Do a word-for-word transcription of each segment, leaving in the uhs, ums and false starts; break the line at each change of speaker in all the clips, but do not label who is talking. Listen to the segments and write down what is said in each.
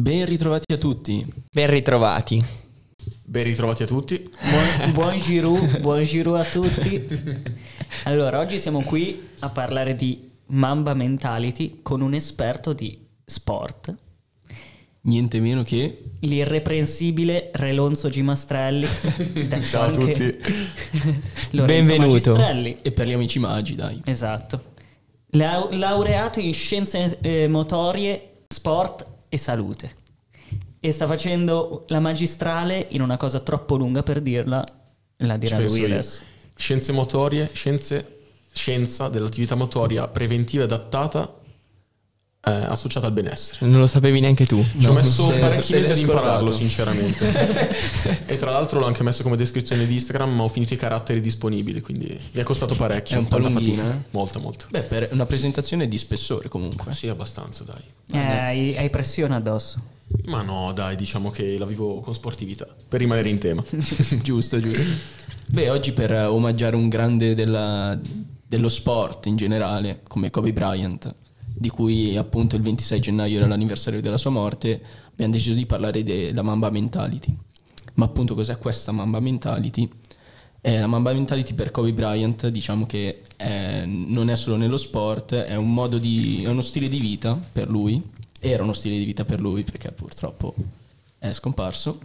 Ben ritrovati a tutti.
Ben ritrovati.
Ben ritrovati a tutti.
Buon, buon giro, buon giro a tutti. Allora, oggi siamo qui a parlare di Mamba Mentality con un esperto di sport,
Niente meno che
l'irreprensibile Relonzo Gimastrelli.
Ciao a tutti.
Lorenzo
Benvenuto.
Magistrelli.
E per gli amici magi, dai.
Esatto. Lau- laureato in scienze eh, motorie, sport e salute. E sta facendo la magistrale in una cosa troppo lunga per dirla, la dirà
Ci penso
lui
io.
adesso.
Scienze motorie, scienze, scienza dell'attività motoria preventiva e adattata eh, associata al benessere.
Non lo sapevi neanche tu.
Ci ho
No,
messo
se-
parecchi
se
mesi
l'hai
ad impararlo,
scordato.
sinceramente. E tra l'altro l'ho anche messo come descrizione di Instagram, ma ho finito i caratteri disponibili, quindi mi è costato parecchio.
È un po'
tanta
lunghina,
fatica.
eh?
Molto, molto.
Beh, per una presentazione di spessore comunque.
Sì, abbastanza, dai.
Eh, hai, hai pressione addosso.
Ma no, dai, diciamo che la vivo con sportività, per rimanere in tema.
Giusto, giusto. Beh, oggi per eh, omaggiare un grande della- dello sport in generale, come Kobe Bryant, di cui appunto il ventisei gennaio era l'anniversario della sua morte, abbiamo deciso di parlare della Mamba Mentality. Ma appunto cos'è questa Mamba Mentality? Eh, la Mamba Mentality per Kobe Bryant, diciamo che eh, non è solo nello sport, è un modo di, è uno stile di vita per lui. Era uno stile di vita per lui perché purtroppo è scomparso.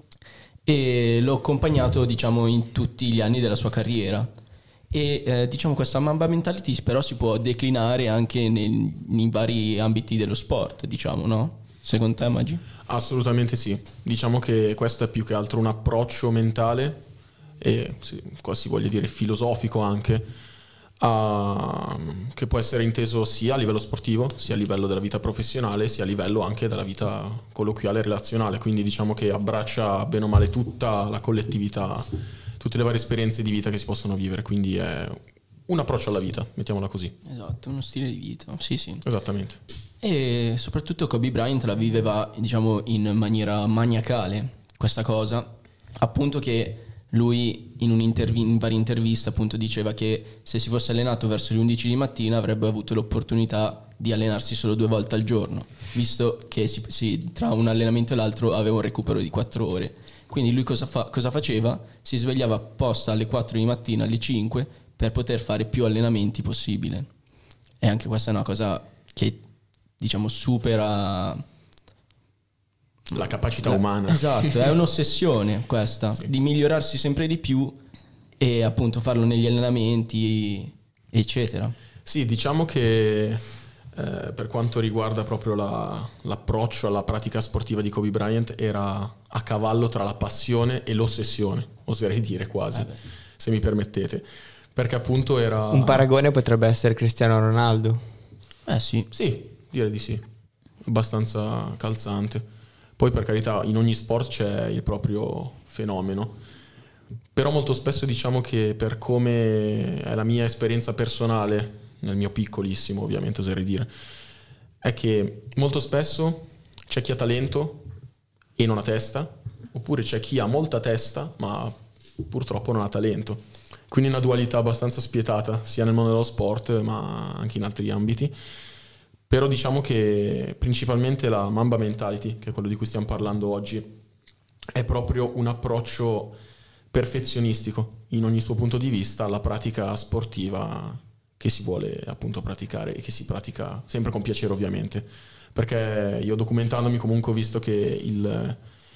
E l'ho accompagnato, diciamo, in tutti gli anni della sua carriera. E eh, diciamo questa Mamba Mentality però si può declinare anche nel- nei vari ambiti dello sport, diciamo, no? Secondo te, Maggi?
Assolutamente sì. Diciamo che questo è più che altro un approccio mentale e sì, qua si voglia dire filosofico anche, a- che può essere inteso sia a livello sportivo, sia a livello della vita professionale, sia a livello anche della vita colloquiale e relazionale. Quindi diciamo che abbraccia bene o male tutta la collettività, tutte le varie esperienze di vita che si possono vivere. Quindi è un approccio alla vita, mettiamola così.
Esatto, uno stile di vita, sì sì.
Esattamente.
E soprattutto Kobe Bryant la viveva, diciamo, in maniera maniacale questa cosa, appunto che lui in, un'intervi- in varie interviste appunto diceva che se si fosse allenato verso le undici di mattina avrebbe avuto l'opportunità di allenarsi solo due volte al giorno, visto che si- si- tra un allenamento e l'altro aveva un recupero di quattro ore. Quindi lui cosa, fa- cosa faceva? Si svegliava apposta alle quattro di mattina, alle cinque, per poter fare più allenamenti possibile. E anche questa è una cosa che, diciamo, supera
La capacità
la-
umana.
Esatto, è un'ossessione questa,
Sì.
di migliorarsi sempre di più e appunto farlo negli allenamenti, eccetera.
Sì, diciamo che eh, per quanto riguarda proprio la- l'approccio alla pratica sportiva di Kobe Bryant era a cavallo tra la passione e l'ossessione, oserei dire quasi, se mi permettete. Perché appunto era...
Un paragone potrebbe essere Cristiano Ronaldo.
Eh sì,
Sì, direi di sì, abbastanza calzante. Poi per carità in ogni sport c'è il proprio fenomeno, però molto spesso diciamo che per come è la mia esperienza personale, nel mio piccolissimo ovviamente oserei dire, è che molto spesso c'è chi ha talento e non ha testa, oppure c'è chi ha molta testa ma purtroppo non ha talento. Quindi una dualità abbastanza spietata sia nel mondo dello sport ma anche in altri ambiti. Però diciamo che principalmente la Mamba Mentality, che è quello di cui stiamo parlando oggi, è proprio un approccio perfezionistico in ogni suo punto di vista alla pratica sportiva che si vuole appunto praticare e che si pratica sempre con piacere ovviamente. Perché io documentandomi comunque ho visto che il,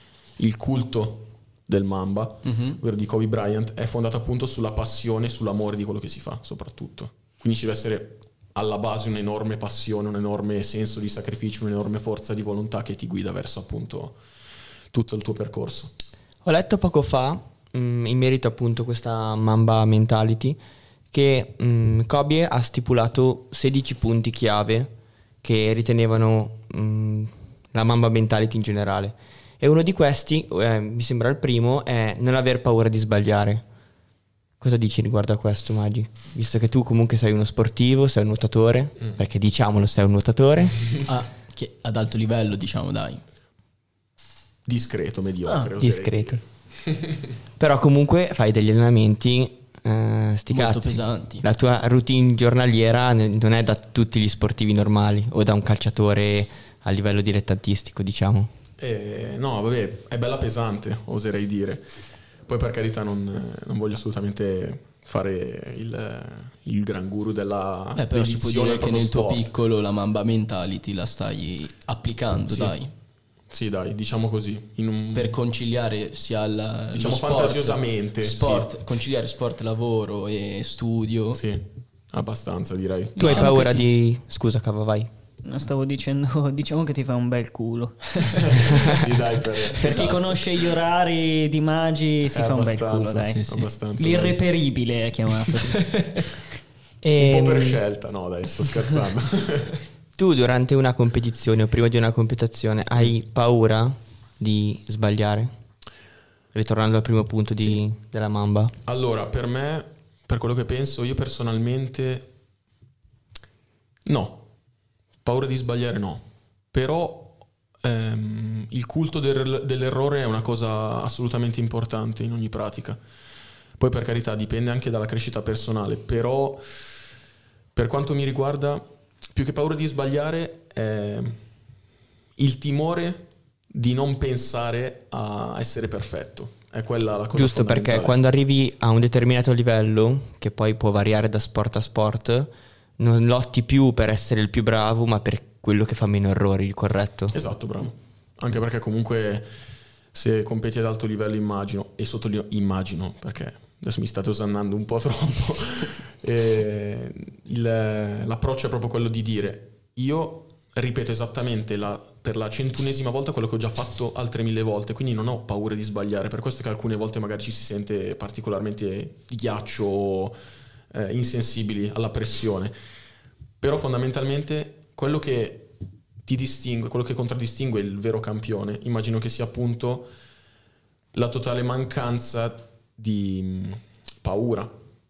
il culto del Mamba,
Mhm.
ovvero di Kobe Bryant, è fondato appunto sulla passione e sull'amore di quello che si fa soprattutto. Quindi ci deve essere alla base un'enorme passione, un enorme senso di sacrificio, un'enorme forza di volontà che ti guida verso appunto tutto il tuo percorso.
Ho letto poco fa, mh, in merito appunto a questa Mamba Mentality, che mh, Kobe ha stipulato sedici punti chiave che ritenevano mh, la Mamba Mentality in generale. E uno di questi, eh, mi sembra il primo, è non aver paura di sbagliare. Cosa dici riguardo a questo, Maggi? Visto che tu comunque sei uno sportivo, sei un nuotatore,
Mm.
perché diciamolo, sei un nuotatore.
Ah, che ad alto livello, diciamo, dai.
Discreto, mediocre.
Ah,
oserei
Discreto.
dire.
Però comunque fai degli allenamenti eh, sti
Molto
cazzi.
pesanti.
La tua routine giornaliera ne- non è da tutti gli sportivi normali o da un calciatore a livello dilettantistico, diciamo.
Eh, no, vabbè, è bella pesante, oserei dire. Poi per carità non, non voglio assolutamente fare il, il gran guru della
Eh, però si può
dedizione
dire
al
che
proprio
nel tuo
sport.
piccolo la Mamba Mentality la stai applicando,
Sì.
dai.
Sì, dai, diciamo così. In un...
Per conciliare sia il
Diciamo
lo sport,
fantasiosamente,
sport, conciliare sport, lavoro e studio.
Sì, abbastanza direi.
Tu hai
Diciamo
paura
che ti-
di... Scusa, Cava, vai.
Non stavo dicendo, diciamo che ti fa un bel culo.
Sì, dai, per,
Per chi
esatto.
conosce gli orari di Magi si
Eh,
fa un bel
abbastanza,
culo, dai.
sì, sì.
abbastanza.
L'irreperibile è chiamato.
dai.
E,
Un po' per scelta, no dai, sto scherzando.
tu durante una competizione o prima di una competizione hai paura di sbagliare? Ritornando al primo punto di- della Mamba.
Allora, per me, per quello che penso, io personalmente no, paura di sbagliare no, però ehm, il culto del- dell'errore è una cosa assolutamente importante in ogni pratica. Poi per carità dipende anche dalla crescita personale, però per quanto mi riguarda, più che paura di sbagliare è il timore di non pensare a essere perfetto. È quella la cosa
Giusto, perché
fondamentale.
quando arrivi a un determinato livello, che poi può variare da sport a sport, non lotti più per essere il più bravo, ma per quello che fa meno errori, corretto?
Esatto, bravo. Anche perché comunque se competi ad alto livello immagino, e sottolineo immagino, perché adesso mi state osannando un po' troppo, eh, il- l'approccio è proprio quello di dire io ripeto esattamente la, per la centunesima volta quello che ho già fatto altre mille volte, quindi non ho paura di sbagliare. Per questo che alcune volte magari ci si sente particolarmente di ghiaccio o eh, insensibili alla pressione. Però fondamentalmente quello che ti distingue, quello che contraddistingue il vero campione, immagino che sia appunto la totale mancanza di mh, paura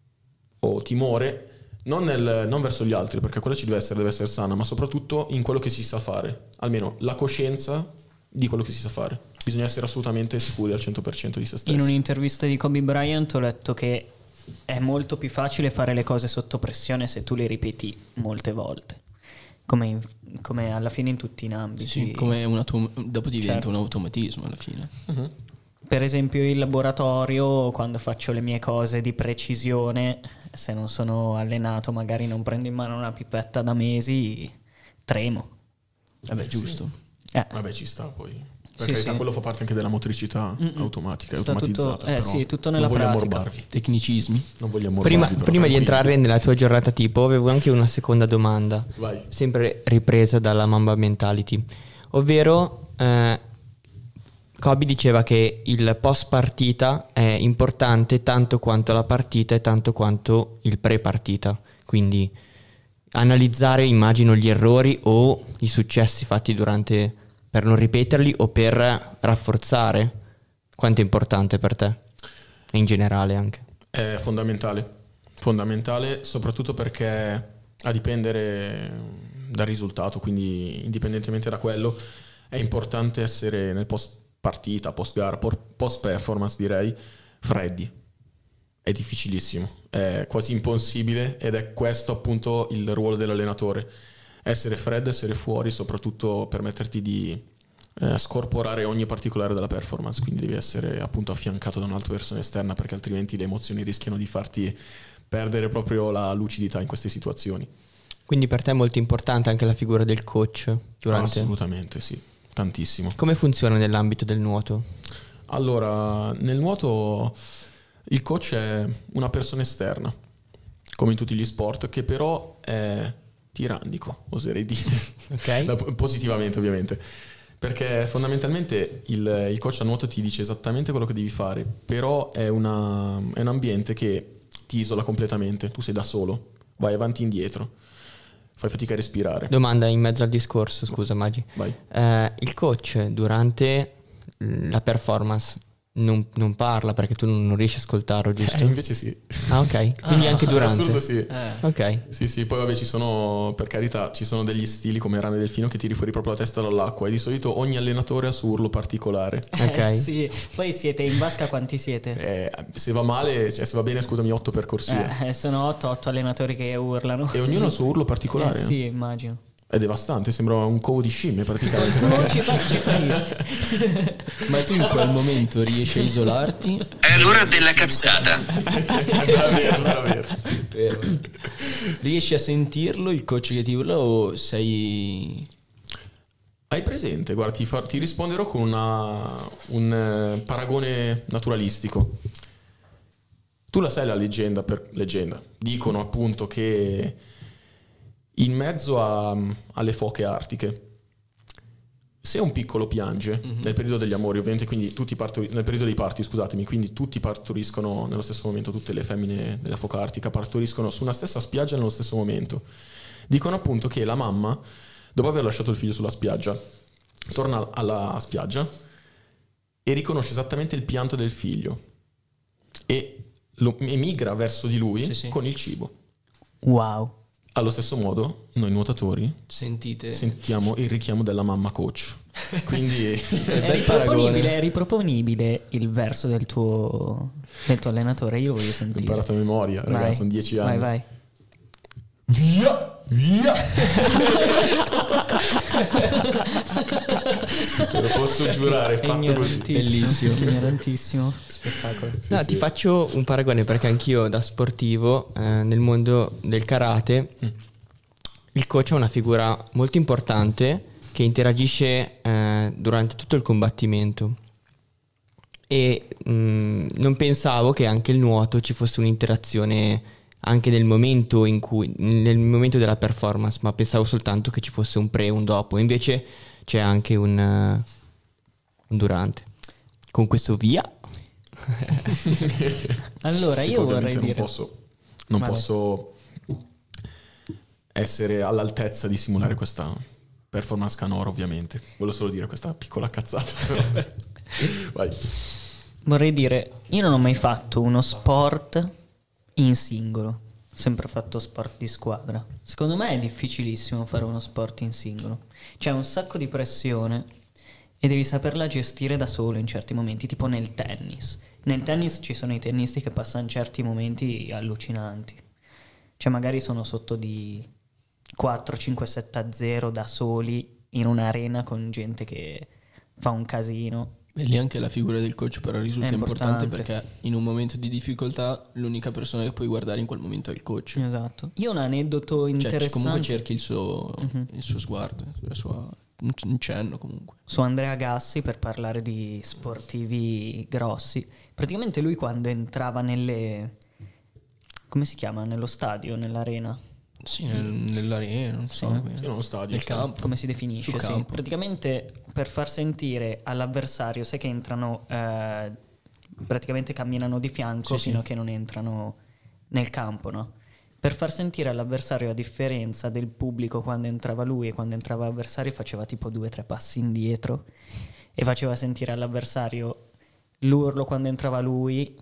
o timore, non, nel, non verso gli altri, perché quella ci deve essere, deve essere sana, ma soprattutto in quello che si sa fare, almeno la coscienza di quello che si sa fare. Bisogna essere assolutamente sicuri al cento per cento di se stessi.
In un'intervista di Kobe Bryant ho letto che è molto più facile fare le cose sotto pressione se tu le ripeti molte volte, come, in- come alla fine in tutti in ambiti.
Sì, come un autom- dopo diventa
Certo.
un automatismo alla fine.
Mhm.
Per esempio in laboratorio, quando faccio le mie cose di precisione, se non sono allenato, magari non prendo in mano una pipetta da mesi, tremo.
Vabbè,
Eh,
giusto.
Eh,
Vabbè, ci sta poi. Per
Sì,
carità,
sì.
quello fa parte anche della motricità
Mm-mm.
automatica,
Sta
automatizzata.
tutto- eh,
però
sì, tutto nella
non voglio
pratica.
ammorbarvi.
Tecnicismi.
Non voglio ammorbarvi.
Prima,
però,
prima di
tranquilli.
entrare nella tua giornata tipo, avevo anche una seconda domanda,
Vai.
sempre ripresa dalla Mamba Mentality, ovvero eh, Kobe diceva che il post partita è importante tanto quanto la partita e tanto quanto il pre partita, quindi analizzare, immagino, gli errori o i successi fatti durante, per non ripeterli o per rafforzare. Quanto è importante per te e in generale anche?
È fondamentale, fondamentale soprattutto perché a dipendere dal risultato, quindi indipendentemente da quello, è importante essere nel post partita, post gara, post performance direi, freddi. È difficilissimo, è quasi impossibile ed è questo appunto il ruolo dell'allenatore, essere freddo, essere fuori, soprattutto permetterti di eh, scorporare ogni particolare della performance, quindi devi essere appunto affiancato da un'altra persona esterna perché altrimenti le emozioni rischiano di farti perdere proprio la lucidità in queste situazioni.
Quindi per te è molto importante anche la figura del coach durante...
Assolutamente sì, tantissimo.
Come funziona nell'ambito del nuoto?
Allora, nel nuoto il coach è una persona esterna, come in tutti gli sport, che però è tirannico, oserei dire.
Ok.
Da- positivamente ovviamente, perché fondamentalmente il, il coach a nuoto ti dice esattamente quello che devi fare, però è, una, è un ambiente che ti isola completamente, tu sei da solo, vai avanti e indietro, fai fatica a respirare.
Domanda in mezzo al discorso, scusa Magi.
Vai.
Eh, il coach durante la performance non, non parla perché tu non riesci a ascoltarlo,
Eh,
giusto?
invece sì.
Ah, ok. Quindi
Ah,
anche
Per
durante.
assurdo sì.
Eh.
Ok.
Sì, sì, poi vabbè ci sono, per carità, ci sono degli stili come Rane Delfino che tiri fuori proprio la testa dall'acqua e di solito ogni allenatore ha il suo urlo particolare.
Ok.
Eh, sì. Poi siete in vasca, quanti siete?
Eh, se va male, cioè se va bene, scusami, otto per corsia.
Eh, sono otto, otto allenatori che urlano.
E ognuno ha il suo urlo particolare.
Eh, sì, immagino.
È devastante, sembra un covo di scimmie praticamente.
Tu ci fai, ci fai.
Ma tu in quel momento riesci a isolarti?
È l'ora della cazzata.
È vero, è vero.
Riesci a sentirlo il coach che ti urla o sei...
Hai presente? Guarda, ti, fa- ti risponderò con una, un eh, paragone naturalistico. Tu la sai la leggenda, per leggenda. Dicono appunto che in mezzo a, alle foche artiche, se un piccolo piange mm-hmm. nel periodo degli amori, ovviamente, quindi tutti partori- nel periodo dei parti, scusatemi, quindi tutti partoriscono nello stesso momento, tutte le femmine della foca artica partoriscono su una stessa spiaggia nello stesso momento. Dicono appunto che la mamma, dopo aver lasciato il figlio sulla spiaggia, torna alla spiaggia e riconosce esattamente il pianto del figlio e lo emigra verso di lui
sì, sì.
con il cibo.
Wow.
Allo stesso modo, noi nuotatori
Sentite...
sentiamo il richiamo della mamma coach. Quindi
È riproponibile, è riproponibile il verso del tuo, del tuo allenatore, io lo voglio
ho
sentire.
imparato a memoria,
Vai.
ragazzi, sono dieci anni.
Vai, vai.
Via, via. Te lo posso giurare, è fatto così.
Bellissimo. Ignorantissimo. Spettacolo.
Sì,
no,
sì.
ti faccio un paragone perché anch'io da sportivo eh, nel mondo del karate
Mm.
il coach è una figura molto importante che interagisce eh, durante tutto il combattimento e mh, non pensavo che anche il nuoto ci fosse un'interazione anche nel momento in cui nel momento della performance, ma pensavo soltanto che ci fosse un pre e un dopo, invece c'è anche un, uh, un durante. Con questo via.
Allora,
Sì,
io
ovviamente
vorrei
non
dire...
posso, non
Vai.
posso essere all'altezza di simulare questa performance canora, ovviamente. Volevo solo dire questa piccola cazzata. Però. Vai.
Vorrei dire, io non ho mai fatto uno sport in singolo, ho sempre fatto sport di squadra. Secondo me è difficilissimo fare uno sport in singolo. C'è un sacco di pressione e devi saperla gestire da solo in certi momenti, tipo nel tennis. Nel tennis ci sono i tennisti che passano certi momenti allucinanti. Cioè magari sono sotto di quattro cinque sette a zero da soli in un'arena con gente che fa un casino.
E lì anche la figura del coach però risulta
È
importante.
importante.
Perché in un momento di difficoltà l'unica persona che puoi guardare in quel momento è il coach.
Esatto. Io ho un aneddoto
Cioè
interessante.
comunque cerchi il suo,
Mhm.
il suo sguardo, la sua, un un cenno comunque.
Su Andrea Gassi, per parlare di sportivi grossi. Praticamente lui quando entrava nelle... come si chiama? Nello stadio, nell'arena?
Sì, nel- nell'arena, non so.
Sì.
Sì, nello stadio.
Nel campo.
Come si definisce?
Sul
Sì.
campo.
Praticamente per far sentire all'avversario, sai che entrano, eh, praticamente camminano di fianco
Sì,
fino
sì.
a che non entrano nel campo, no? Per far sentire all'avversario a differenza del pubblico quando entrava lui e quando entrava l'avversario faceva tipo due o tre passi indietro e faceva sentire all'avversario l'urlo quando entrava lui.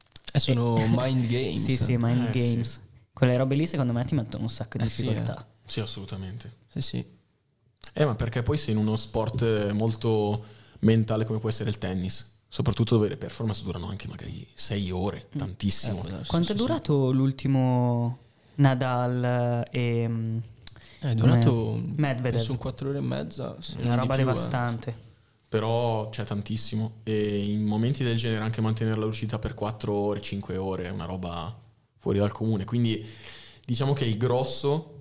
E sono mind games.
Sì, sì, mind
Eh, sì.
games. Quelle robe lì secondo me ti mettono un sacco di
Eh sì,
difficoltà.
Sì, assolutamente.
Sì, sì.
Eh, ma perché poi sei in uno sport molto mentale come può essere il tennis. Soprattutto dove le performance durano anche magari sei ore, tantissimo.
Eh, può darsi,
Quanto
sì,
è
sì.
durato l'ultimo Nadal e mm,
È durato
Medvedev?
penso un quattro ore e mezza. se non
una
di
roba
più, eh.
devastante.
Però c'è tantissimo. E in momenti del genere anche mantenere la lucidità per quattro ore, cinque ore è una roba fuori dal comune. Quindi diciamo che il grosso,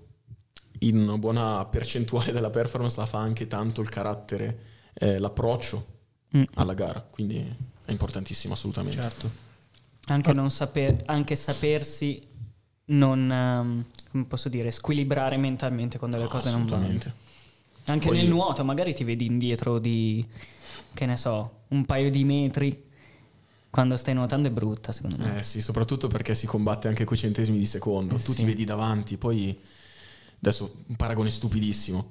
in una buona percentuale della performance, la fa anche tanto il carattere, eh, l'approccio
Mm.
alla gara. Quindi è importantissimo assolutamente.
Certo.
Anche, non saper, anche sapersi non, ehm, come posso dire, squilibrare mentalmente quando le
No,
cose non vanno.
assolutamente.
Anche
Poi-
nel nuoto magari ti vedi indietro di, che ne so, un paio di metri. Quando stai nuotando è brutta, secondo me.
Eh sì, soprattutto perché si combatte anche coi centesimi di secondo.
Eh
tu
sì.
ti vedi davanti, poi adesso un paragone stupidissimo.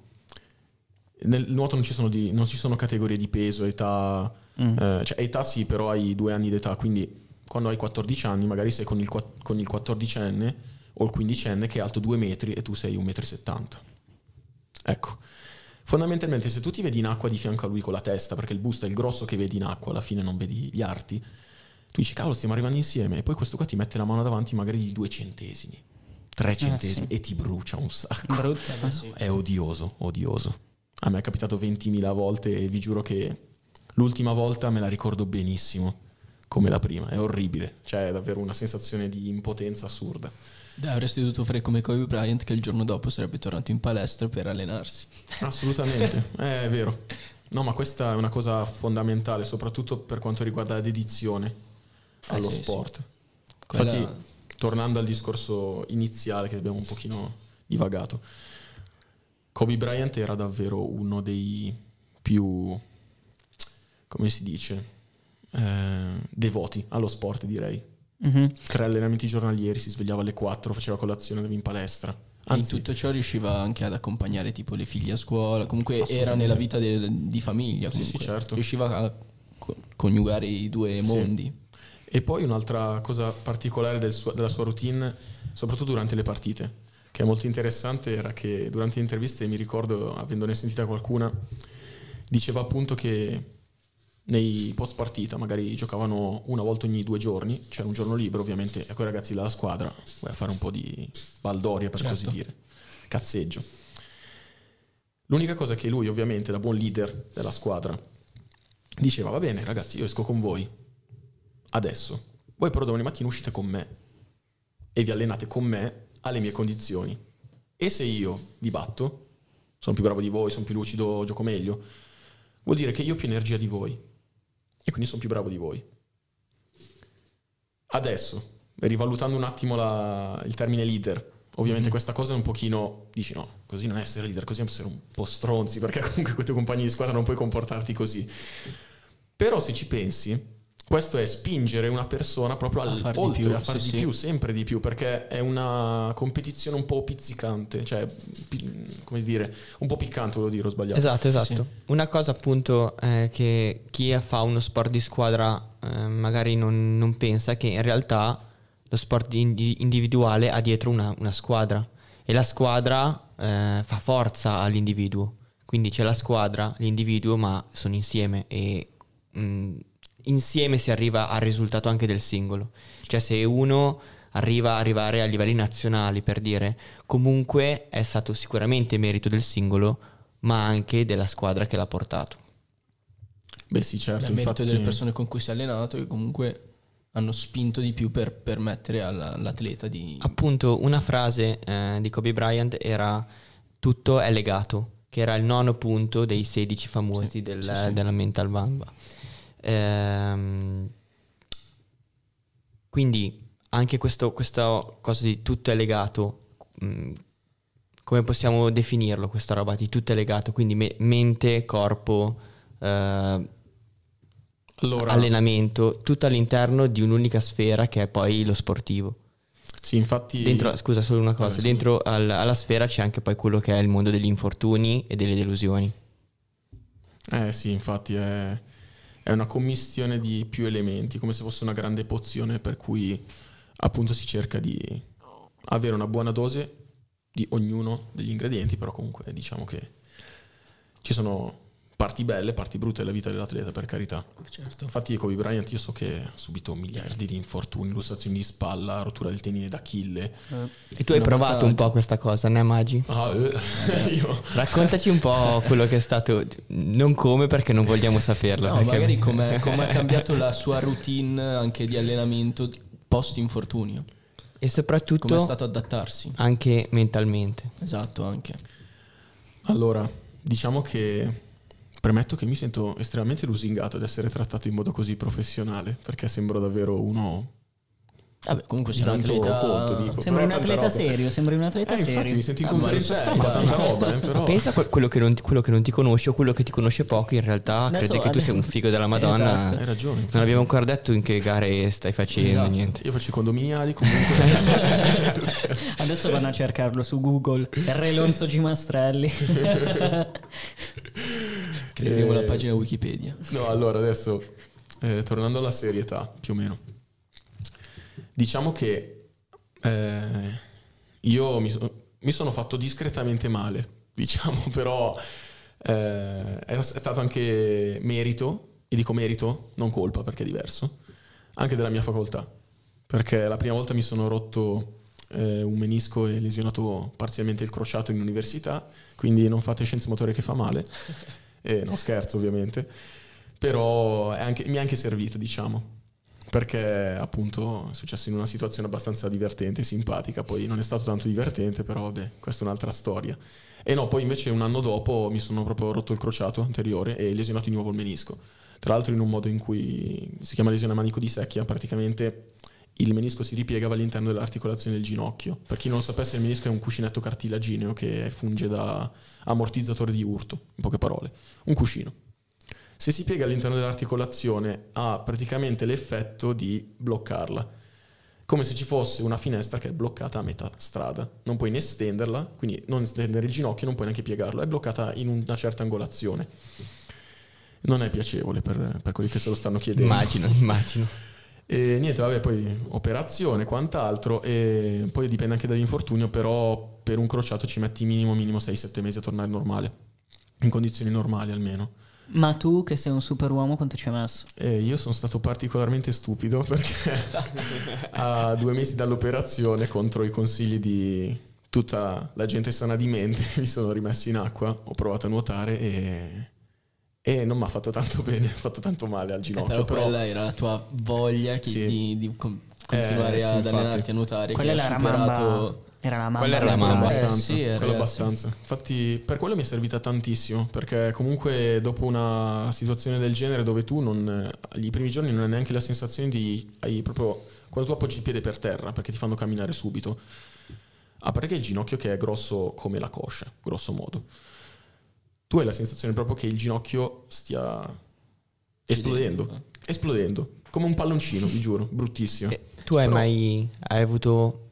Nel nuoto non ci sono, di- non ci sono categorie di peso, età,
Mm.
eh, cioè età sì, però hai due anni d'età, quindi quando hai quattordici anni magari sei con il, qua- con il quattordicenne o il quindicenne che è alto due metri e tu sei un metro e settanta. Ecco, fondamentalmente se tu ti vedi in acqua di fianco a lui con la testa, perché il busto è il grosso che vedi in acqua, alla fine non vedi gli arti, tu dici cavolo stiamo arrivando insieme e poi questo qua ti mette la mano davanti magari di due centesimi. tre centesimi
sì.
e ti brucia un sacco.
Brutta, ma sì.
È odioso, odioso. A me è capitato ventimila volte e vi giuro che l'ultima volta me la ricordo benissimo come la prima. È orribile, cioè è davvero una sensazione di impotenza assurda.
Dai, avresti dovuto fare come Kobe Bryant, che il giorno dopo sarebbe tornato in palestra per allenarsi.
Assolutamente, è vero. No, ma questa è una cosa fondamentale, soprattutto per quanto riguarda la dedizione allo
Eh, sì,
sport.
sì. Quella-
Infatti, tornando al discorso iniziale che abbiamo un pochino divagato, Kobe Bryant era davvero uno dei più, come si dice, eh, devoti allo sport, direi.
Mhm.
Tre allenamenti giornalieri, si svegliava alle quattro, faceva colazione, andava in palestra.
E in
Anzi,
tutto ciò riusciva anche ad accompagnare tipo le figlie a scuola, comunque era
Assolutamente.
nella vita del- di famiglia,
Sì, sì,
comunque.
certo.
Riusciva a co- coniugare i due
Sì.
mondi.
E poi un'altra cosa particolare del suo- della sua routine, soprattutto durante le partite, che è molto interessante, era che durante le interviste, mi ricordo, avendone sentita qualcuna, diceva appunto che nei post partita magari giocavano una volta ogni due giorni, c'era un giorno libero ovviamente, e quei ragazzi della squadra vai a fare un po' di baldoria, per
Certo.
così dire, cazzeggio. L'unica cosa che lui ovviamente, da buon leader della squadra, diceva: va bene ragazzi, io esco con voi adesso, voi però domani mattina uscite con me e vi allenate con me alle mie condizioni, e se io vi batto, sono più bravo di voi, sono più lucido, gioco meglio, vuol dire che io ho più energia di voi e quindi sono più bravo di voi. Adesso, rivalutando un attimo la- il termine leader, ovviamente questa cosa è un pochino, dici no, così non è essere leader, così è essere un po' stronzi, perché comunque con i tuoi compagni di squadra non puoi comportarti così. Però se ci pensi, questo è spingere una persona proprio al,
A far di
oltre,
più,
a far
sì,
di
sì.
più, sempre di più, perché è una competizione un po' pizzicante, cioè, pi- come dire, un po' piccante, volevo dire, ho sbagliato.
Esatto, esatto.
Sì.
Una cosa appunto eh, che chi fa uno sport di squadra eh, magari non, non pensa è che in realtà lo sport indi- individuale ha dietro una, una squadra, e la squadra eh, fa forza all'individuo. Quindi c'è la squadra, l'individuo, ma sono insieme, e mh, insieme si arriva al risultato anche del singolo. Cioè se uno arriva a arrivare a livelli nazionali, per dire, comunque è stato sicuramente merito del singolo, ma anche della squadra che l'ha portato.
Beh sì, certo,
È merito
infatti,
delle persone con cui si è allenato, che comunque hanno spinto di più per permettere alla- all'atleta di...
Appunto, una frase eh, di Kobe Bryant era: tutto è legato, che era il nono punto dei sedici famosi
Sì,
del-
sì, sì.
della Mental Mamba. Ehm, quindi anche questo, questa cosa di tutto è legato, mh, come possiamo definirlo questa roba di tutto è legato? Quindi me- mente, corpo, eh,
allora,
allenamento, tutto all'interno di un'unica sfera che è poi lo sportivo.
sì, infatti,
Dentro, scusa, solo una cosa,
Vabbè, scusa.
dentro al- alla sfera c'è anche poi quello che è il mondo degli infortuni e delle delusioni.
eh sì, infatti è, è una commistione di più elementi, come se fosse una grande pozione, per cui appunto si cerca di avere una buona dose di ognuno degli ingredienti, però comunque diciamo che ci sono parti belle, parti brutte della vita dell'atleta, per carità.
Certo.
Infatti Kobe Bryant io so che ha subito miliardi di infortuni, lussazioni di spalla, rottura del tendine d'Achille.
E tu hai
Una
provato
volta-
un po' questa cosa, né Magi?
Ah, eh, io...
Raccontaci un po' quello che è stato, non come, perché non vogliamo saperlo.
No,
perché-
magari come ha cambiato la sua routine anche di allenamento post infortunio,
E soprattutto
come è stato adattarsi.
anche mentalmente.
Esatto, anche.
Allora, diciamo che premetto che mi sento estremamente lusingato ad essere trattato in modo così professionale, perché sembro davvero uno
Vabbè, comunque
di
sei un
tanto
atleta...
conto, dico.
Sembri un
Però tanta
atleta
roba.
serio, sembri un atleta
Eh, infatti
serio.
mi sento in
Ah, ma
conferenza
lo sei,
stampa,
dai.
tanta roba, eh, però...
Pensa a que- quello che, non ti, quello che non ti conosce o quello che ti conosce poco, in realtà
Adesso-
crede che tu sia un figo della Madonna.
Esatto.
Hai ragione.
Non abbiamo ancora detto in che gare stai facendo,
Esatto.
niente.
Io faccio i condominiali comunque.
Adesso vanno a cercarlo su Google. Relonzo Gimastrelli.
Creeremo
Eh,
la pagina Wikipedia.
No, allora adesso, eh, tornando alla serietà, più o meno. Diciamo che eh, io mi, so- mi sono fatto discretamente male, diciamo, però eh, è, è stato anche merito, e dico merito, non colpa perché è diverso, anche della mia facoltà. Perché la prima volta mi sono rotto eh, un menisco e lesionato parzialmente il crociato in università, quindi non fate scienze motorie che fa male. Eh, no, scherzo ovviamente, però è anche, mi è anche servito, diciamo, perché appunto è successo in una situazione abbastanza divertente e simpatica. Poi non è stato tanto divertente, però vabbè, questa è un'altra storia. E no, poi invece un anno dopo mi sono proprio rotto il crociato anteriore e lesionato di nuovo il menisco, tra l'altro in un modo in cui si chiama lesione a manico di secchia. Praticamente il menisco si ripiegava all'interno dell'articolazione del ginocchio. Per chi non lo sapesse, il menisco è un cuscinetto cartilagineo che funge da ammortizzatore di urto, in poche parole, un cuscino. Se si piega all'interno dell'articolazione ha praticamente l'effetto di bloccarla, come se ci fosse una finestra che è bloccata a metà strada. Non puoi né stenderla, quindi non stendere il ginocchio, non puoi neanche piegarlo, è bloccata in una certa angolazione. Non è piacevole per, per quelli che se lo stanno chiedendo.
Immagino, immagino.
E niente, vabbè, poi operazione, quant'altro, e poi dipende anche dall'infortunio, però per un crociato ci metti minimo minimo sei sette mesi a tornare normale, in condizioni normali almeno.
Ma tu che sei un superuomo quanto ci hai messo?
E io sono stato particolarmente stupido perché a due mesi dall'operazione, contro i consigli di tutta la gente sana di mente, mi sono rimesso in acqua, ho provato a nuotare e... E non mi ha fatto tanto bene, ha fatto tanto male al ginocchio.
Eh, però,
però
quella era la tua voglia che-
Sì.
di, di con- continuare
Eh, sì,
ad
infatti.
allenarti a nuotare.
Quella
che
era
ha
la
superato...
mamba. Era la mamba.
Quella era la
Quello
mamba.
abbastanza,
Eh, sì,
quello
ragazzi.
abbastanza. Infatti per quello mi è servita tantissimo, perché comunque dopo una situazione del genere dove tu non, i primi giorni non hai neanche la sensazione di, hai proprio, quando tu appoggi il piede per terra, perché ti fanno camminare subito, a parte che il ginocchio che è grosso come la coscia, grosso modo, tu hai la sensazione proprio che il ginocchio stia esplodendo,
Chiudendo.
esplodendo, come un palloncino, vi giuro, bruttissimo.
E tu hai
Però-
mai hai avuto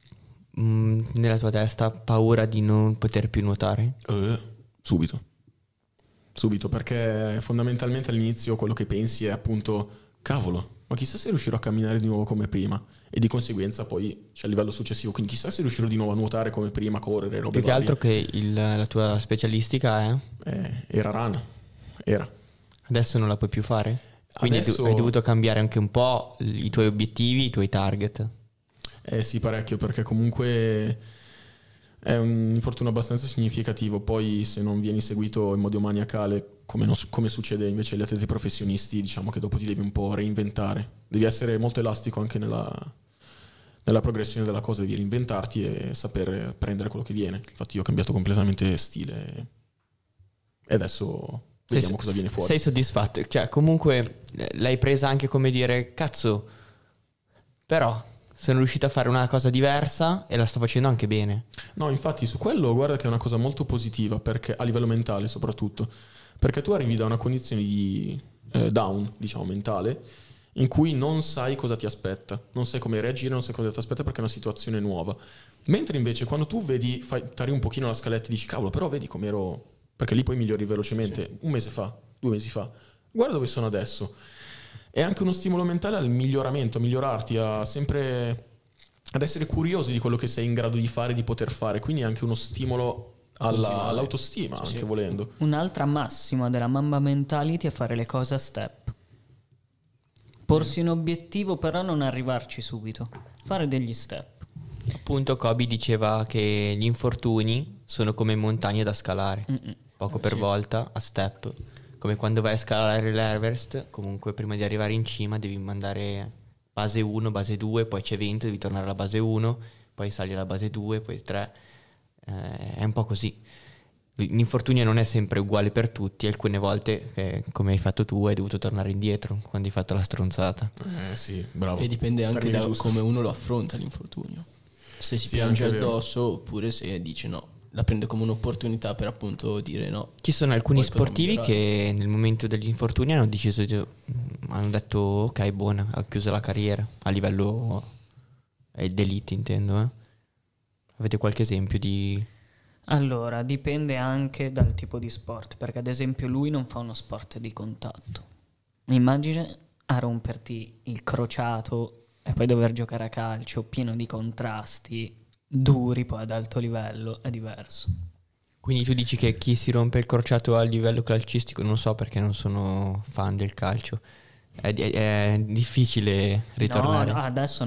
mh, nella tua testa paura di non poter più nuotare?
Eh, subito. Subito, perché fondamentalmente all'inizio quello che pensi è appunto, cavolo, ma chissà se riuscirò a camminare di nuovo come prima. E di conseguenza poi c'è il livello successivo, quindi chissà se riuscirò di nuovo a nuotare come prima, correre, robe
Più che
varie.
altro che il- la tua specialistica è
Eh, era rana, era.
adesso non la puoi più fare? Quindi hai do-
Adesso-
hai dovuto cambiare anche un po' i tuoi obiettivi, i tuoi target.
Eh sì, parecchio, perché comunque è un infortunio abbastanza significativo. Poi se non vieni seguito in modo maniacale, come, non su- come succede invece agli atleti professionisti, diciamo che dopo ti devi un po' reinventare. Devi essere molto elastico anche nella, nella progressione della cosa, devi reinventarti e saper prendere quello che viene. Infatti io ho cambiato completamente stile e adesso vediamo
Sei-
cosa viene fuori.
Sei soddisfatto? Cioè, comunque eh, l'hai presa anche come dire, cazzo, però sono riuscito a fare una cosa diversa e la sto facendo anche bene.
No, infatti su quello guarda che è una cosa molto positiva, perché a livello mentale soprattutto, perché tu arrivi da una condizione di eh, down, diciamo, mentale, in cui non sai cosa ti aspetta, non sai come reagire, non sai cosa ti aspetta perché è una situazione nuova. Mentre invece quando tu vedi, fai, tari un pochino la scaletta e dici, cavolo, però vedi com'ero, perché lì poi migliori velocemente, un mese fa, due mesi fa, guarda dove sono adesso. È anche uno stimolo mentale al miglioramento, a migliorarti, a sempre ad essere curiosi di quello che sei in grado di fare, di poter fare, quindi è anche uno stimolo alla-
Continuare.
all'autostima,
Sì,
anche
sì.
volendo.
Un'altra massima della Mamba Mentality è fare le cose a step. Porsi un obiettivo, però non arrivarci subito. Fare degli step.
Appunto Kobe diceva che gli infortuni sono come montagne da scalare,
Mm-mm.
poco per volta, a step. Come quando vai a scalare l'Everest, comunque prima di arrivare in cima devi mandare base uno, base due, poi c'è vento, devi tornare alla base uno, poi sali alla base due, poi tre. Eh, è un po' così. L'infortunio non è sempre uguale per tutti, alcune volte, eh, come hai fatto tu, hai dovuto tornare indietro quando hai fatto la stronzata.
Eh sì, bravo.
E dipende anche
Termine
da
giusto.
come uno lo affronta l'infortunio. Se si
Sì,
piange
anche è vero.
addosso oppure se dice no. La prende come un'opportunità per appunto dire no.
Ci sono alcuni
Qualcosa
sportivi
migliorare.
che nel momento degli infortuni hanno deciso di, hanno detto ok, buona, ha chiuso la carriera a livello eh, d'elite, intendo. eh. Avete qualche esempio di...
Allora, dipende anche dal tipo di sport, perché ad esempio lui non fa uno sport di contatto. Immagina a romperti il crociato e poi dover giocare a calcio pieno di contrasti duri, poi ad alto livello, è diverso.
Quindi tu dici che chi si rompe il crociato a livello calcistico, non so perché non sono fan del calcio, è, è- è difficile ritornare.
No, no, adesso no.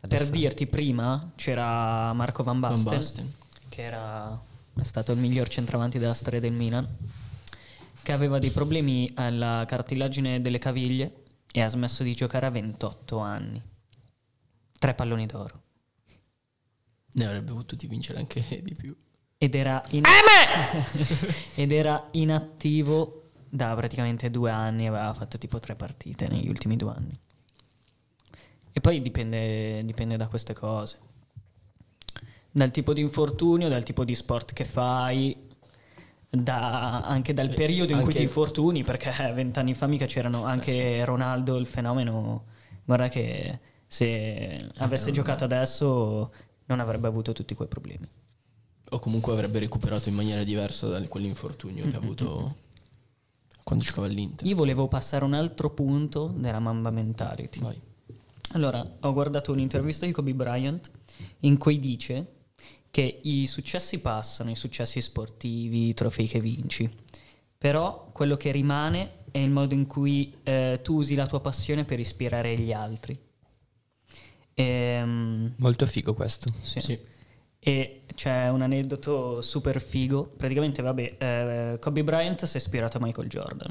per dirti, prima c'era Marco Van Basten,
Van Basten,
che era è stato il miglior centravanti della storia del Milan, che aveva dei problemi alla cartilagine delle caviglie e ha smesso di giocare a ventotto anni. Tre palloni d'oro.
Ne avrebbe potuti vincere anche di più.
Ed era, in... ed era inattivo da praticamente due anni, aveva fatto tipo tre partite negli ultimi due anni. E poi dipende, dipende da queste cose. Dal tipo di infortunio, dal tipo di sport che fai, da, anche dal periodo in
anche...
cui ti infortuni, perché vent'anni fa mica c'erano anche eh sì. Ronaldo, il fenomeno. Guarda che se avesse eh, giocato adesso non avrebbe avuto tutti quei problemi.
O comunque avrebbe recuperato in maniera diversa da quell'infortunio mm-hmm. che ha avuto quando giocava all'Inter.
Io volevo passare un altro punto della Mamba Mentality.
Vai.
Allora, ho guardato un'intervista di Kobe Bryant in cui dice che i successi passano, i successi sportivi, i trofei che vinci, però quello che rimane è il modo in cui eh, tu usi la tua passione per ispirare gli altri. Ehm,
Molto figo questo.
Sì.
Sì.
E c'è un aneddoto super figo. Praticamente, vabbè, eh, Kobe Bryant si è ispirato a Michael Jordan.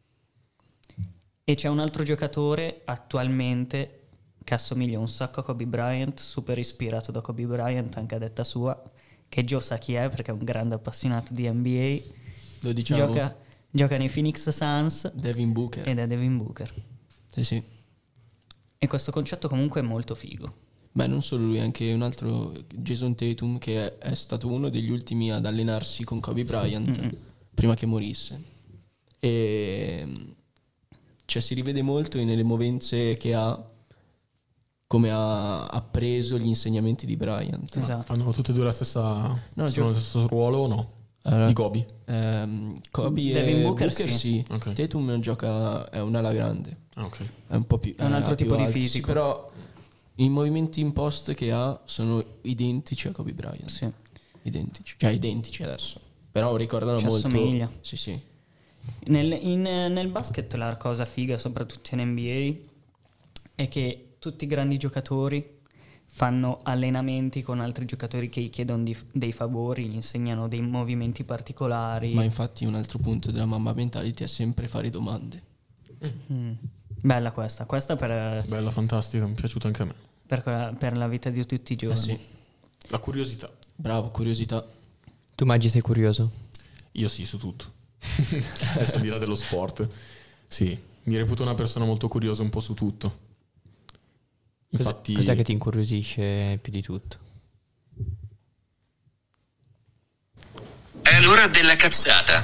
E c'è un altro giocatore attualmente che assomiglia un sacco a Kobe Bryant, super ispirato da Kobe Bryant, anche a detta sua, che Joe sa chi è perché è un grande appassionato di N B A.
Lo diciamo.
Gioca, gioca nei Phoenix Suns.
Devin Booker.
Ed è Devin Booker.
Sì, sì.
E questo concetto comunque è molto figo.
Beh, non solo lui, anche un altro, Jason Tatum, che è, è stato uno degli ultimi ad allenarsi con Kobe Bryant mm-hmm. prima che morisse. E cioè si rivede molto nelle movenze che ha, come ha appreso gli insegnamenti di Bryant.
Esatto.
Fanno tutte e due la stessa,
no,
sono nello stesso ruolo o no?
Allora,
di Kobe?
Ehm, Kobe
Devin
e
Booker,
Booker sì,
sì. Okay.
Tatum gioca, è un'ala grande.
Ah, ok.
È un po' più,
è un altro
eh,
tipo
più
di
alto,
fisico.
Sì, però i movimenti in post che ha sono identici a Kobe Bryant.
Sì.
Identici, cioè identici adesso. Però ricordano
Ci
molto.
assomiglia.
Sì, sì.
Nel, in, nel basket la cosa figa, soprattutto in N B A, è che tutti i grandi giocatori fanno allenamenti con altri giocatori che gli chiedono di, dei favori, gli insegnano dei movimenti particolari.
Ma infatti un altro punto della Mamba Mentality è sempre fare domande.
Mm. Bella questa, questa per,
Bella, fantastica, mi è piaciuta anche a me.
per, quella- per la vita di tutti i giorni.
Eh sì.
La curiosità.
Bravo, curiosità.
Tu Maggi sei curioso?
Io sì, su tutto. Adesso al di là dello sport. Sì, mi reputo una persona molto curiosa un po' su tutto. Infatti,
Cos'è che ti incuriosisce più di tutto?
È l'ora della cazzata.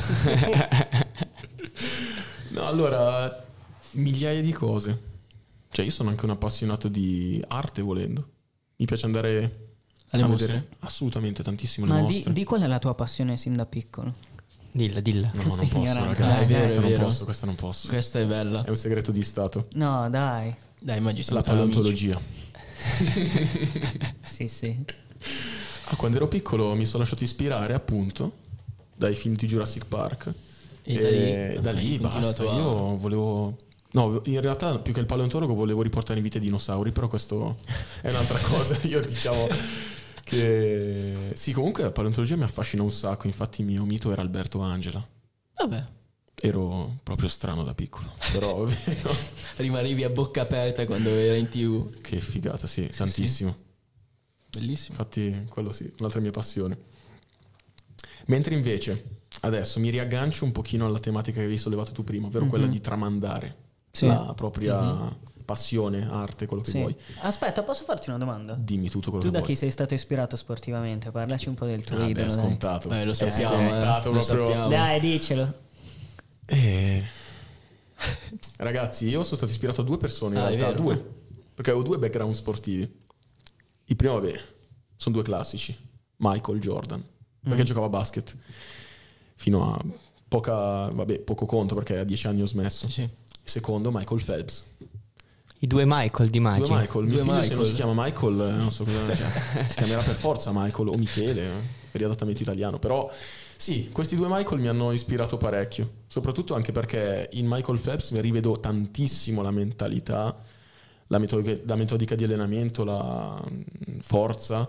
no, allora, migliaia di cose. Cioè, io sono anche un appassionato di arte, volendo. Mi piace andare
Alle
a
mostre?
vedere assolutamente tantissimo le
Ma di,
mostre.
di qual è la tua passione sin da piccolo?
Dilla, dilla.
No,
Questa
non
è
posso,
ignorante.
ragazzi.
Ah, è vero,
questa
è
non
vero.
posso, questa non posso.
Questa è bella.
È un segreto di Stato.
No, dai.
Dai, Maggi, siamo
La
tra amici.
paleontologia.
Sì, sì.
Ah, quando ero piccolo mi sono lasciato ispirare, appunto, dai film di Jurassic Park.
E
E,
da lì-
da
hai
lì
continuato
basta.
a-
Io volevo... No, in realtà più che il paleontologo volevo riportare in vita i dinosauri, però questo è un'altra cosa. Io diciamo che... Sì, comunque la paleontologia mi affascina un sacco. Infatti il mio mito era Alberto Angela.
Vabbè,
Ero proprio strano da piccolo. Però vabbè, no.
rimanevi a bocca aperta quando era in tv.
Che figata, sì, tantissimo.
Bellissimo.
Infatti quello sì, un'altra mia passione. Mentre invece adesso mi riaggancio un pochino alla tematica che avevi sollevato tu prima, ovvero
Mhm.
quella di tramandare
Sì.
la propria passione, arte, quello che
Sì.
vuoi.
Aspetta, posso farti una domanda?
Dimmi tutto quello
Tu
che
da
vuoi.
chi sei stato ispirato sportivamente? Parlaci un po' del tuo
Ah, beh,
idolo.
è
dai.
scontato.
Eh, lo
È
sappiamo, eh.
scontato
Lo
proprio.
sappiamo.
Dai, dicelo.
Eh, Ragazzi, io sono stato ispirato a due persone in
Ah, è
realtà,
vero?
due. Perché avevo due background sportivi. Il primo, vabbè, sono due classici. Michael Jordan, perché
Mm.
giocava a basket fino a poca, vabbè, poco conto, perché a dieci anni ho smesso.
Sì.
Il secondo, Michael Phelps.
I due Michael di Maggi.
Due Michael. Mio
Due
figlio, se non
Michael.
si chiama Michael, eh, non so cosa, cioè, si chiamerà per forza Michael o Michele, eh, per riadattamento italiano. Però sì, questi due Michael mi hanno ispirato parecchio, soprattutto anche perché in Michael Phelps mi rivedo tantissimo la mentalità, la metodica, la metodica di allenamento, la forza.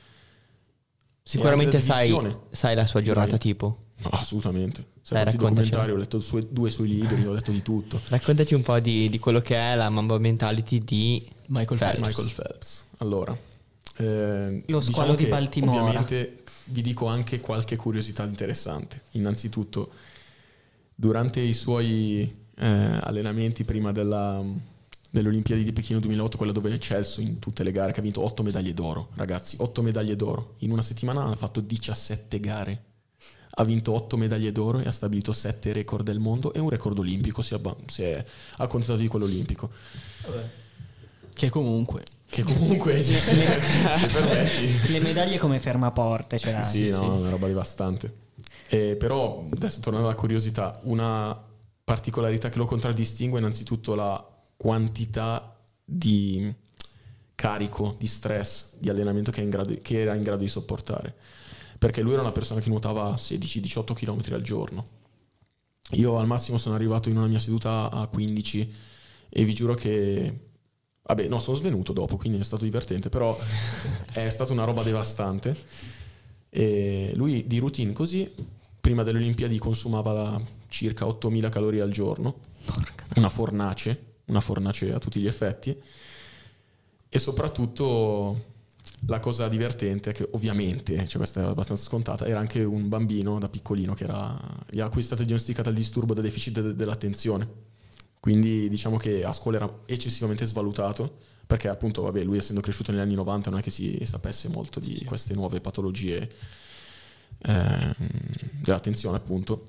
Sicuramente
la
sai, sai la sua giornata
Dai.
tipo.
No, assolutamente. Se
Dai,
guardi i
raccontaci.
documentari, ho letto sue, due suoi libri, ho letto di tutto.
Raccontaci un po' di, di quello che è la Mamba Mentality di
Michael
Phelps.
Phelps.
Michael Phelps. Allora, eh,
Lo squalo
diciamo
di
che
Baltimora.
Ovviamente vi dico anche qualche curiosità interessante. Innanzitutto, durante i suoi eh, allenamenti prima della, delle Olimpiadi di Pechino duemilaotto, quella dove è eccelso in tutte le gare, che ha vinto otto medaglie d'oro, ragazzi, otto medaglie d'oro. In una settimana ha fatto diciassette gare. Ha vinto otto medaglie d'oro e ha stabilito sette record del mondo e un record olimpico, si, abba- si è accontentato di quello olimpico.
Vabbè. Che comunque...
Che comunque, cioè, se permetti...
Le medaglie come fermaporte, cioè,
Sì, no, una roba devastante. Eh, però, adesso tornando alla curiosità, una particolarità che lo contraddistingue è innanzitutto la quantità di carico, di stress, di allenamento che, è in grado, che era in grado di sopportare. Perché lui era una persona che nuotava sedici diciotto chilometri al giorno. Io al massimo sono arrivato in una mia seduta a quindici e vi giuro che... Vabbè, no, sono svenuto dopo, quindi è stato divertente, però è stata una roba devastante. E lui di routine così, prima delle Olimpiadi consumava circa ottomila calorie al giorno, una fornace, una fornace a tutti gli effetti. E soprattutto la cosa divertente è che ovviamente, cioè questa è abbastanza scontata, era anche un bambino da piccolino che era, a cui è stata diagnosticata il disturbo da deficit de- dell'attenzione. Quindi diciamo che a scuola era eccessivamente svalutato, perché appunto, vabbè, lui essendo cresciuto negli anni novanta non è che si sapesse molto di queste nuove patologie eh, dell'attenzione, appunto.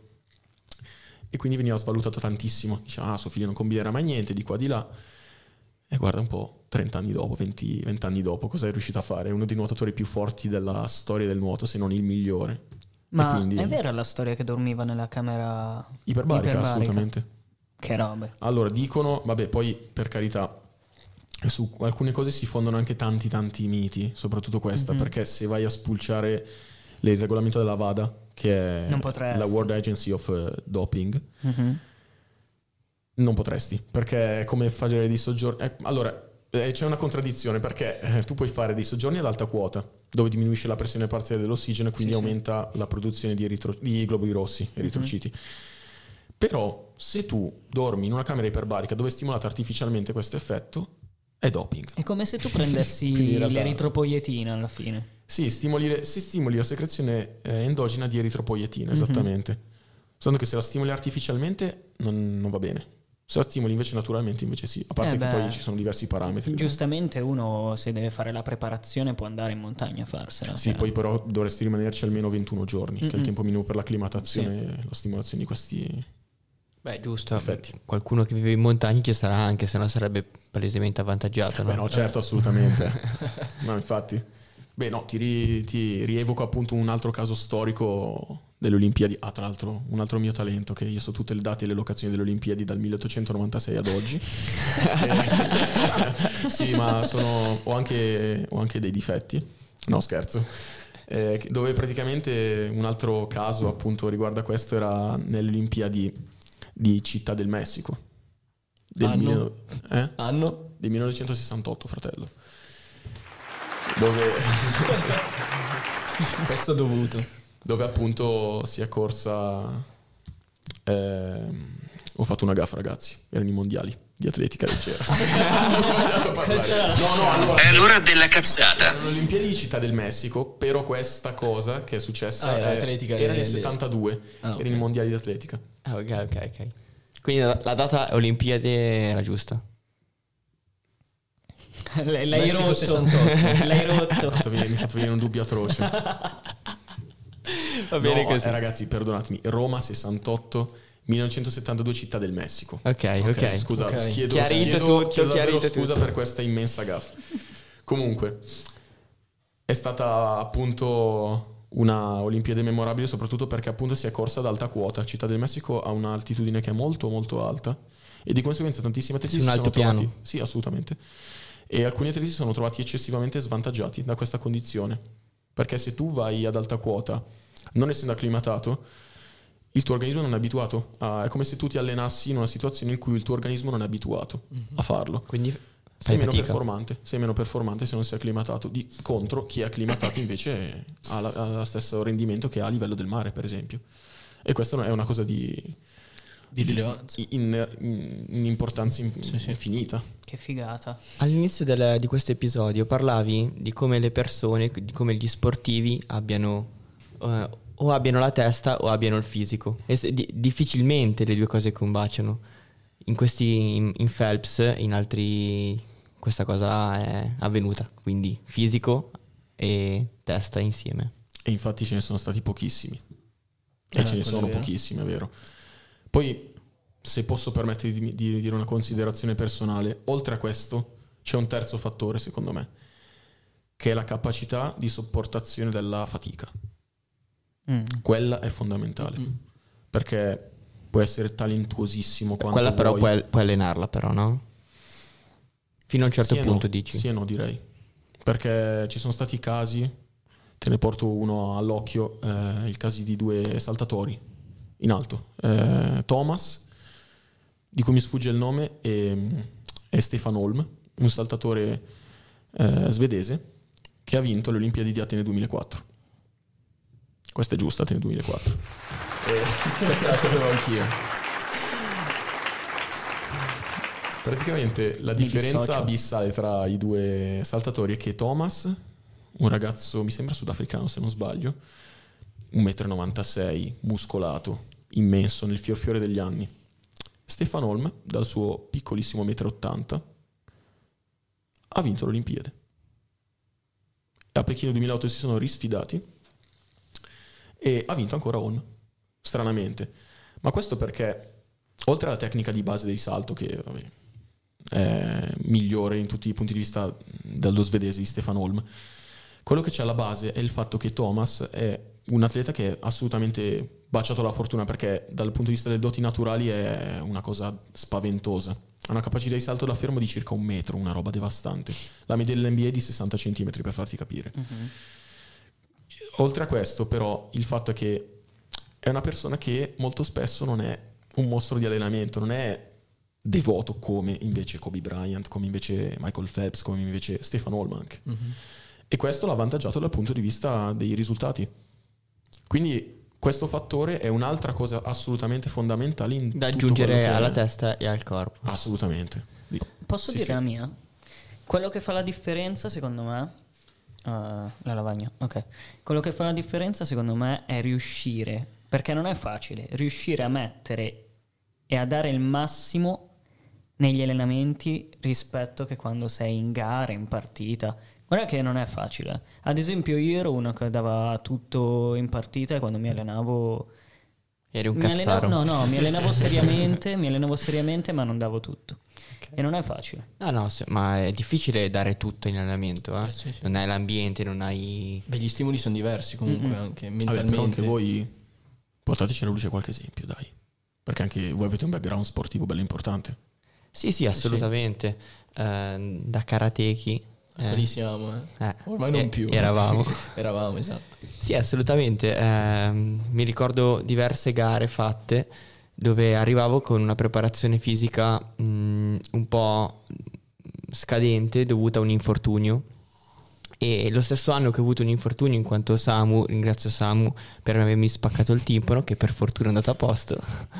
E quindi veniva svalutato tantissimo. Diceva, ah, suo figlio non combinerà mai niente, di qua di là. E guarda un po', trenta anni dopo, venti, venti anni dopo, cosa è riuscito a fare? È uno dei nuotatori più forti della storia del nuoto, se non il migliore.
Ma
e quindi...
è vera la storia che dormiva nella camera
Iperbarica,
iperbarica?
assolutamente.
Che robe.
Allora, dicono, vabbè, poi per carità, su alcune cose si fondano anche tanti tanti miti, soprattutto questa,
Mhm.
perché se vai a spulciare le- il regolamento della WADA, che è
Non
la
potresti.
World Agency of eh, Doping,
Mhm.
non potresti, perché è come fare dei soggiorni... eh, allora, eh, c'è una contraddizione, perché eh, tu puoi fare dei soggiorni ad alta quota, dove diminuisce la pressione parziale dell'ossigeno e quindi
Sì, sì.
aumenta la produzione di, eritro- di globuli rossi, eritrociti. Però se tu dormi in una camera iperbarica dove è stimolato artificialmente questo effetto, è doping.
È come se tu
Quindi
prendessi
in realtà-
l'eritropoietina alla fine.
Sì, stimoli, le- si stimoli la secrezione eh, endogena di eritropoietina, esattamente. Soltanto che se la stimoli artificialmente non, non va bene. Se la stimoli invece naturalmente invece sì. A parte
Eh
che
beh,
poi ci sono diversi parametri.
Giustamente uno, se deve fare la preparazione, può andare in montagna a farsela.
Sì,
cioè.
poi però dovresti rimanerci almeno ventuno giorni, che è il
Mm-mm.
tempo minimo per l'acclimatazione e la stimolazione di questi...
Beh, giusto.
Effetti.
Qualcuno che vive in montagna ci sarà anche, se no sarebbe palesemente avvantaggiato.
Beh
No?
no, certo, assolutamente. No, infatti. Beh no, ti, ri- ti rievoco appunto un altro caso storico delle Olimpiadi. Ah, tra l'altro un altro mio talento, che io so tutte le date e le locazioni delle Olimpiadi dal milleottocentonovantasei ad oggi. Eh, sì, ma sono, ho, anche, ho anche dei difetti. No, scherzo. Eh, che- dove praticamente un altro caso appunto riguarda questo era nelle Olimpiadi di Città del Messico. Del
Anno?
mille- eh?
Anno?
Del millenovecentosessantotto, fratello. Dove,
Questo dovuto.
dove appunto si è corsa... ehm, ho fatto una gaffa, ragazzi. Erano i mondiali di atletica leggera. Ho sbagliato a parlare. No, no, allora...
È l'ora della cazzata.
Erano le Olimpiadi di Città del Messico, però questa cosa che è successa
Ah, era
è-
atletica
era nel
le-
settantadue,
Ah, ok.
erano i mondiali di atletica.
Ah, ok, ok, ok. Quindi la, la data Olimpiadi era giusta.
L'hai l'hai
Messico
rotto.
sessantotto.
L'hai
Mi ha
rotto.
fatto venire, mi ha fatto venire un dubbio atroce.
Va bene
No,
così.
eh, ragazzi, perdonatemi. Roma sessantotto, millenovecentosettantadue, Città del Messico.
Ok, ok.
Scusate,
ok.
chiedo,
Chiarito
chiedo,
tutto,
chiedo davvero
chiarito
scusa
tutto.
per questa immensa gaffa. Comunque, è stata appunto una Olimpiade memorabile, soprattutto perché appunto si è corsa ad alta quota. Città del Messico ha un'altitudine che è molto molto alta e di conseguenza tantissimi atleti
Su
si
un
sono
altopiano.
trovati, sì, assolutamente. E alcuni atleti si sono trovati eccessivamente svantaggiati da questa condizione, perché se tu vai ad alta quota, non essendo acclimatato, il tuo organismo non è abituato a, è come se tu ti allenassi in una situazione in cui il tuo organismo non è abituato a farlo.
Quindi
sei meno
fatica.
performante, sei meno performante se non sei acclimatato, di, contro chi è acclimatato invece ha, la, ha lo stesso rendimento che ha a livello del mare, per esempio. E questo è una cosa di,
Di rilevanza.
in, in, in importanza in,
Sì, sì.
infinita.
Che figata.
All'inizio del- di questo episodio parlavi di come le persone, di come gli sportivi abbiano eh, o abbiano la testa o abbiano il fisico. E se- di- difficilmente le due cose combaciano. In questi in, in Phelps, in altri questa cosa è avvenuta, quindi fisico e testa insieme.
E infatti ce ne sono stati pochissimi. E
Eh,
ce ne
quello è
sono
vero.
pochissimi, è vero. Poi, se posso permettermi di, di dire una considerazione personale, oltre a questo c'è un terzo fattore, secondo me, che è la capacità di sopportazione della fatica.
Mm.
Quella è fondamentale.
Mm.
Perché puoi essere talentuosissimo quanto
Quella però
vuoi.
puoi, puoi allenarla però, no? Fino a un certo
Sì e
punto
no,
dici.
Sì e no, direi. Perché ci sono stati casi, te ne porto uno all'occhio, eh, il caso di due saltatori in alto. Eh, Thomas, di cui mi sfugge il nome, e, e Stefan Holm, un saltatore eh, svedese, che ha vinto le Olimpiadi di Atene duemilaquattro. Questa è giusta, Atene duemilaquattro.
Eh, questa la sapevo anch'io.
Praticamente la
Mi
differenza
dissocio.
abissale tra i due saltatori è che Thomas, un ragazzo, mi sembra sudafricano se non sbaglio, un metro e novantasei, muscolato, immenso, nel fior fiore degli anni. Stefan Holm, dal suo piccolissimo metro e ottanta, ha vinto le Olimpiadi. A Pechino duemilaotto si sono risfidati e ha vinto ancora Holm, stranamente. Ma questo perché, oltre alla tecnica di base del salto, che vabbè, è migliore in tutti i punti di vista dello svedese di Stefan Holm, quello che c'è alla base è il fatto che Thomas è un atleta che è assolutamente baciato la fortuna, perché dal punto di vista delle doti naturali è una cosa spaventosa. Ha una capacità di salto da fermo di circa un metro, una roba devastante. La media dell'N B A è di sessanta centimetri, per farti capire.
Mhm.
Oltre a questo, però, il fatto è che è una persona che molto spesso non è un mostro di allenamento, non è devoto come invece Kobe Bryant, come invece Michael Phelps, come invece Stefan Holm anche.
Mhm.
E questo l'ha avvantaggiato dal punto di vista dei risultati. Quindi questo fattore è un'altra cosa assolutamente fondamentale in
Da
tutto quello
aggiungere
che
alla
è.
testa e al corpo.
Assolutamente.
Posso
Sì,
dire
sì.
la mia? Quello che fa la differenza, secondo me, uh, la lavagna, ok. Quello che fa la differenza, secondo me, è riuscire, perché non è facile, riuscire a mettere e a dare il massimo negli allenamenti rispetto che quando sei in gara, in partita. Guarda che non è facile. Ad esempio, io ero uno che dava tutto in partita e quando mi allenavo
Eri un
mi allenavo,
cazzaro.
no, no, mi allenavo seriamente, mi allenavo seriamente, ma non davo tutto. E non è facile.
No, no, se- ma è difficile dare tutto in allenamento, eh?
Eh, sì, sì.
Non hai l'ambiente, non hai...
Beh, gli stimoli sono diversi comunque,
Mm-mm.
anche
Vabbè, però
mentalmente.
anche voi portateci alla luce qualche esempio, dai. Perché anche voi avete un background sportivo bello importante.
Sì, sì, assolutamente. Eh, da karateki. eh,
Lì siamo, eh.
eh,
Ormai non
e-
più.
Eravamo.
Eravamo, esatto.
Sì, assolutamente. Ehm, mi ricordo diverse gare fatte dove arrivavo con una preparazione fisica mh, un po' scadente dovuta a un infortunio. E lo stesso anno che ho avuto un infortunio, in quanto Samu, ringrazio Samu per avermi spaccato il timpano, che per fortuna è andato a posto.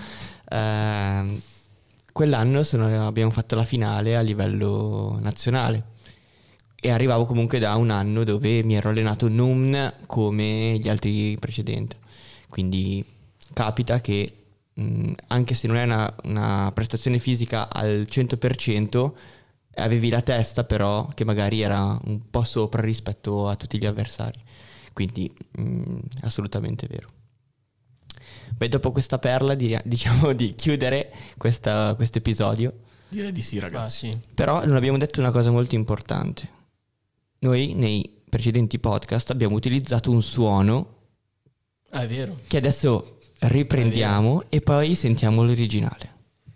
ehm, quell'anno sono- abbiamo fatto la finale a livello nazionale. E arrivavo comunque da un anno dove mi ero allenato non come gli altri precedenti. Quindi capita che mh, anche se non è una, una prestazione fisica al cento per cento, avevi la testa però che magari era un po' sopra rispetto a tutti gli avversari. Quindi mh, assolutamente vero. Beh, dopo questa perla diria- diciamo di chiudere questo episodio.
Direi di sì,
Ah,
ragazzi.
sì.
Però non abbiamo detto una cosa molto importante. Noi nei precedenti podcast abbiamo utilizzato un suono
Ah, è vero.
che adesso riprendiamo e poi sentiamo l'originale.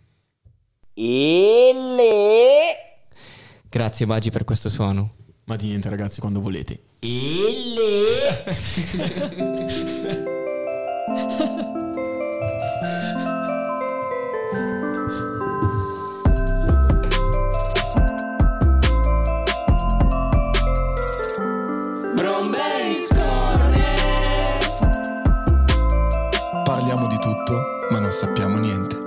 Grazie Maggi per questo suono.
Ma di niente, ragazzi, quando volete.
Brombace Corner.
Parliamo di tutto, ma non sappiamo niente.